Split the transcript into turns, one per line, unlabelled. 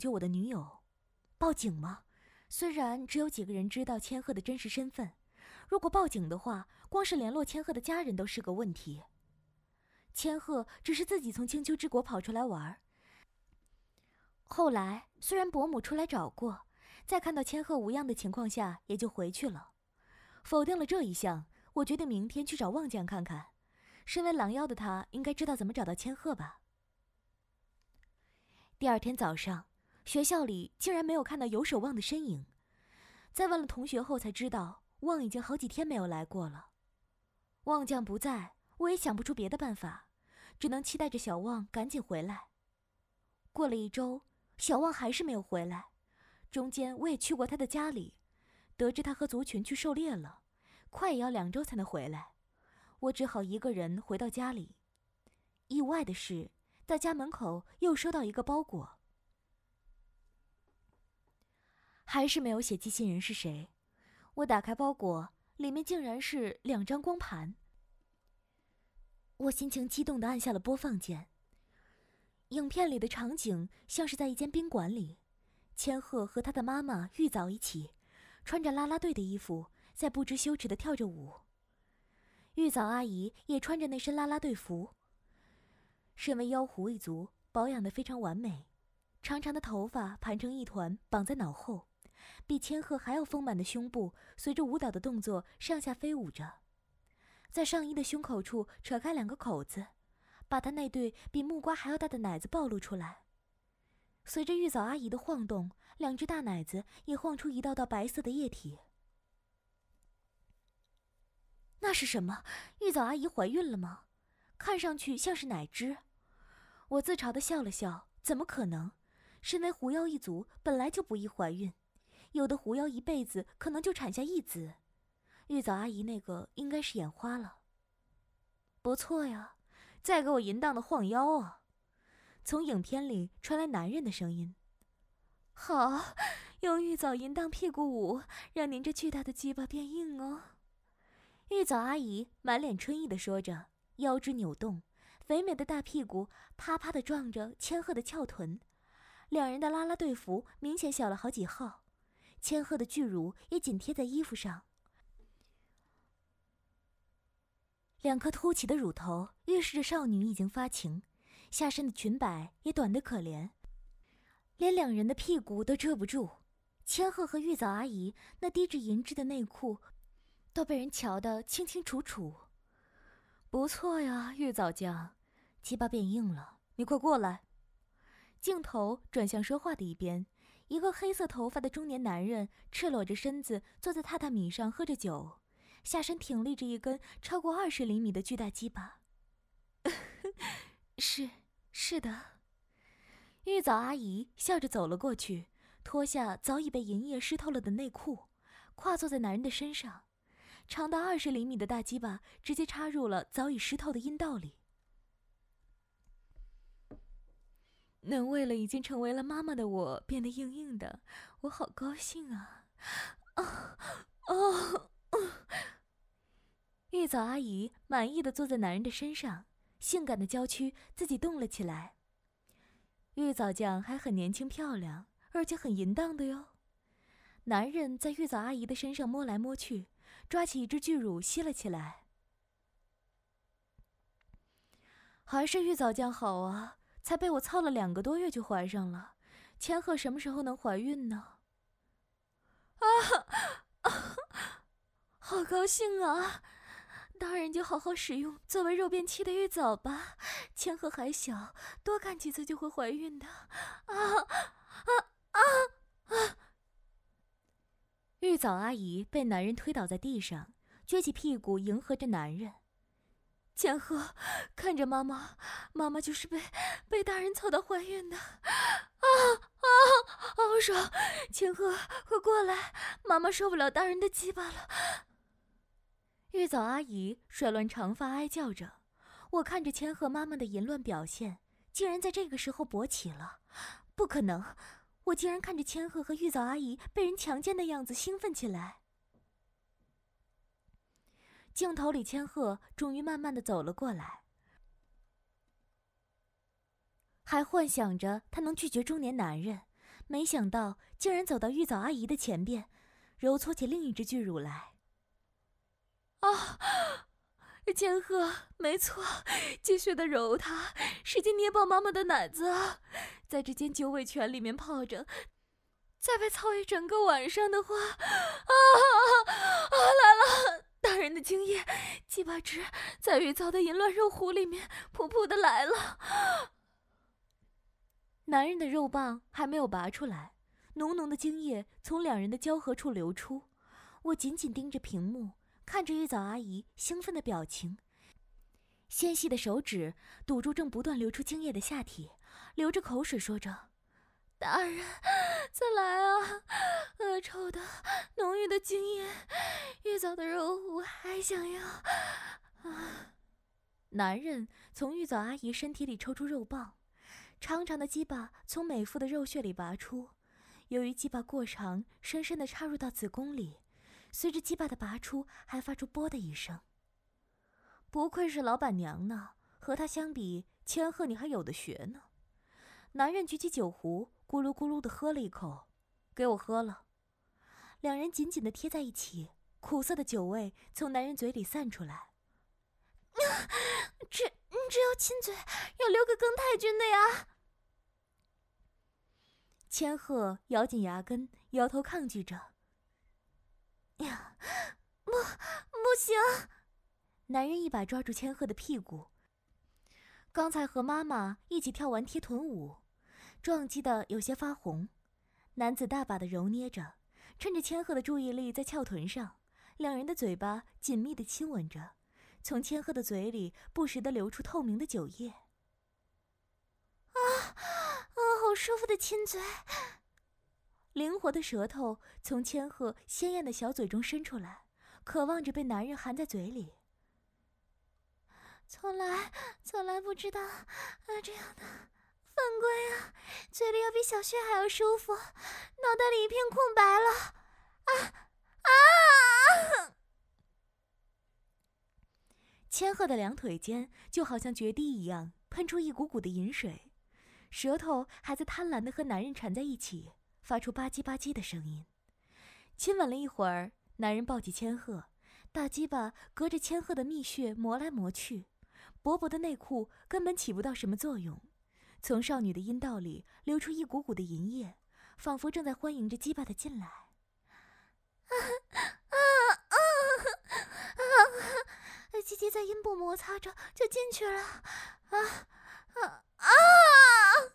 救我的女友。报警吗？虽然只有几个人知道千鹤的真实身份，如果报警的话，光是联络千鹤的家人都是个问题。千鹤只是自己从青丘之国跑出来玩，后来虽然伯母出来找过，在看到千鹤无恙的情况下也就回去了。否定了这一项，我决定明天去找旺将看看。身为狼妖的他应该知道怎么找到千鹤吧。第二天早上，学校里竟然没有看到游守旺的身影。在问了同学后才知道，旺已经好几天没有来过了。旺将不在，我也想不出别的办法，只能期待着小旺赶紧回来。过了1周，小旺还是没有回来。中间我也去过他的家里，得知他和族群去狩猎了，快也要2周才能回来。我只好一个人回到家里。意外的是，在家门口又收到一个包裹，还是没有写寄信人是谁。我打开包裹，里面竟然是2张光盘。我心情激动地按下了播放键。影片里的场景像是在一间宾馆里，千鹤和他的妈妈玉藻一起，穿着啦啦队的衣服，在不知羞耻地跳着舞。玉藻阿姨也穿着那身啦啦队服。身为妖狐一族，保养得非常完美，长长的头发盘成一团绑在脑后，比千鹤还要丰满的胸部随着舞蹈的动作上下飞舞着，在上衣的胸口处扯开2个口子，把她那对比木瓜还要大的奶子暴露出来。随着玉藻阿姨的晃动，2只大奶子也晃出一道道白色的液体。那是什么？玉藻阿姨怀孕了吗？看上去像是奶汁。我自嘲地笑了笑，怎么可能？身为狐妖一族，本来就不易怀孕，有的狐妖一辈子可能就产下1子。玉藻阿姨那个应该是眼花了。不错呀，再给我淫荡的晃腰啊！从影片里传来男人的声音。好，用玉藻淫荡屁股舞，让您这巨大的鸡巴变硬哦。玉藻阿姨满脸春意地说着，腰肢扭动，肥美的大屁股啪啪地撞着千鹤的翘臀。2人的啦啦队服明显小了好几号，千鹤的巨乳也紧贴在衣服上。2颗凸起的乳头预示着少女已经发情，下身的裙摆也短得可怜，连2人的屁股都遮不住。千鹤和玉藻阿姨那低至银质的内裤都被人瞧得清清楚楚。不错呀，玉藻酱，鸡巴变硬了，你快过来。镜头转向说话的一边，一个黑色头发的中年男人赤裸着身子坐在榻榻米上喝着酒，下身挺立着一根超过20厘米的巨大鸡巴。是的。玉藻阿姨笑着走了过去，脱下早已被银液湿透了的内裤，跨坐在男人的身上，长达20厘米的大鸡巴直接插入了早已湿透的阴道里。能为了已经成为了妈妈的我变得硬硬的，我好高兴啊！玉藻阿姨满意的坐在男人的身上，性感的娇躯自己动了起来。玉藻酱还很年轻漂亮，而且很淫荡的哟。男人在玉藻阿姨的身上摸来摸去，抓起一只巨乳吸了起来。还是玉藻酱好啊，才被我操了2个多月就怀上了。千鹤什么时候能怀孕呢？好高兴啊！当然就好好使用作为肉便器的玉藻吧。千鹤还小，多干几次就会怀孕的。玉藻阿姨被男人推倒在地上，撅起屁股迎合着男人。千鹤，看着妈妈就是被大人操到怀孕的。好爽！千鹤，快过来，妈妈受不了大人的鸡巴了。玉藻阿姨甩乱长发哀叫着，我看着千鹤妈妈的淫乱表现，竟然在这个时候勃起了。不可能，我竟然看着千鹤和玉藻阿姨被人强奸的样子兴奋起来。镜头里千鹤终于慢慢地走了过来，还幻想着他能拒绝中年男人， 没想到竟然走到玉藻阿姨的前边，揉搓起另一只巨乳来。啊！千鹤，没错，继续的揉它，使劲捏爆妈妈的奶子啊！在这间九尾泉里面泡着，再被操一整个晚上的话，来了！大人的精液，鸡巴汁在玉藻的淫乱肉壶里面噗噗的来了。男人的肉棒还没有拔出来，浓浓的精液从两人的交合处流出。我紧紧盯着屏幕，看着玉藻阿姨兴奋的表情，纤细的手指堵住正不断流出精液的下体，流着口水说着：“大人，再来啊！恶臭的浓郁的精液，玉藻的肉我还想要。”男人从玉藻阿姨身体里抽出肉棒，长长的鸡巴从美妇的肉穴里拔出，由于鸡巴过长，深深地插入到子宫里，随着鸡巴的拔出，还发出啵的一声。不愧是老板娘呢，和她相比，千鹤你还有的学呢。男人举起酒壶，咕噜咕噜地喝了一口，给我喝了。两人紧紧地贴在一起，苦涩的酒味从男人嘴里散出来。只有亲嘴，要留给更太君的呀。千鹤咬紧牙根，摇头抗拒着。呀，不行！男人一把抓住千鹤的屁股。刚才和妈妈一起跳完贴臀舞，撞击的有些发红。男子大把的揉捏着，趁着千鹤的注意力在翘臀上，两人的嘴巴紧密的亲吻着，从千鹤的嘴里不时地流出透明的酒液。好舒服的亲嘴！灵活的舌头从千鹤鲜艳的小嘴中伸出来，渴望着被男人含在嘴里。从来不知道这样的犯规啊！嘴里要比小穴还要舒服，脑袋里一片空白了。千鹤的两腿间就好像决堤一样，喷出一股股的饮水，舌头还在贪婪地和男人缠在一起，发出吧唧吧唧的声音。亲吻了一会儿，男人抱起千鹤，大鸡巴隔着千鹤的蜜穴磨来磨去，薄薄的内裤根本起不到什么作用，从少女的阴道里流出一股股的淫液，仿佛正在欢迎着鸡巴的进来。鸡鸡在阴部摩擦着就进去了。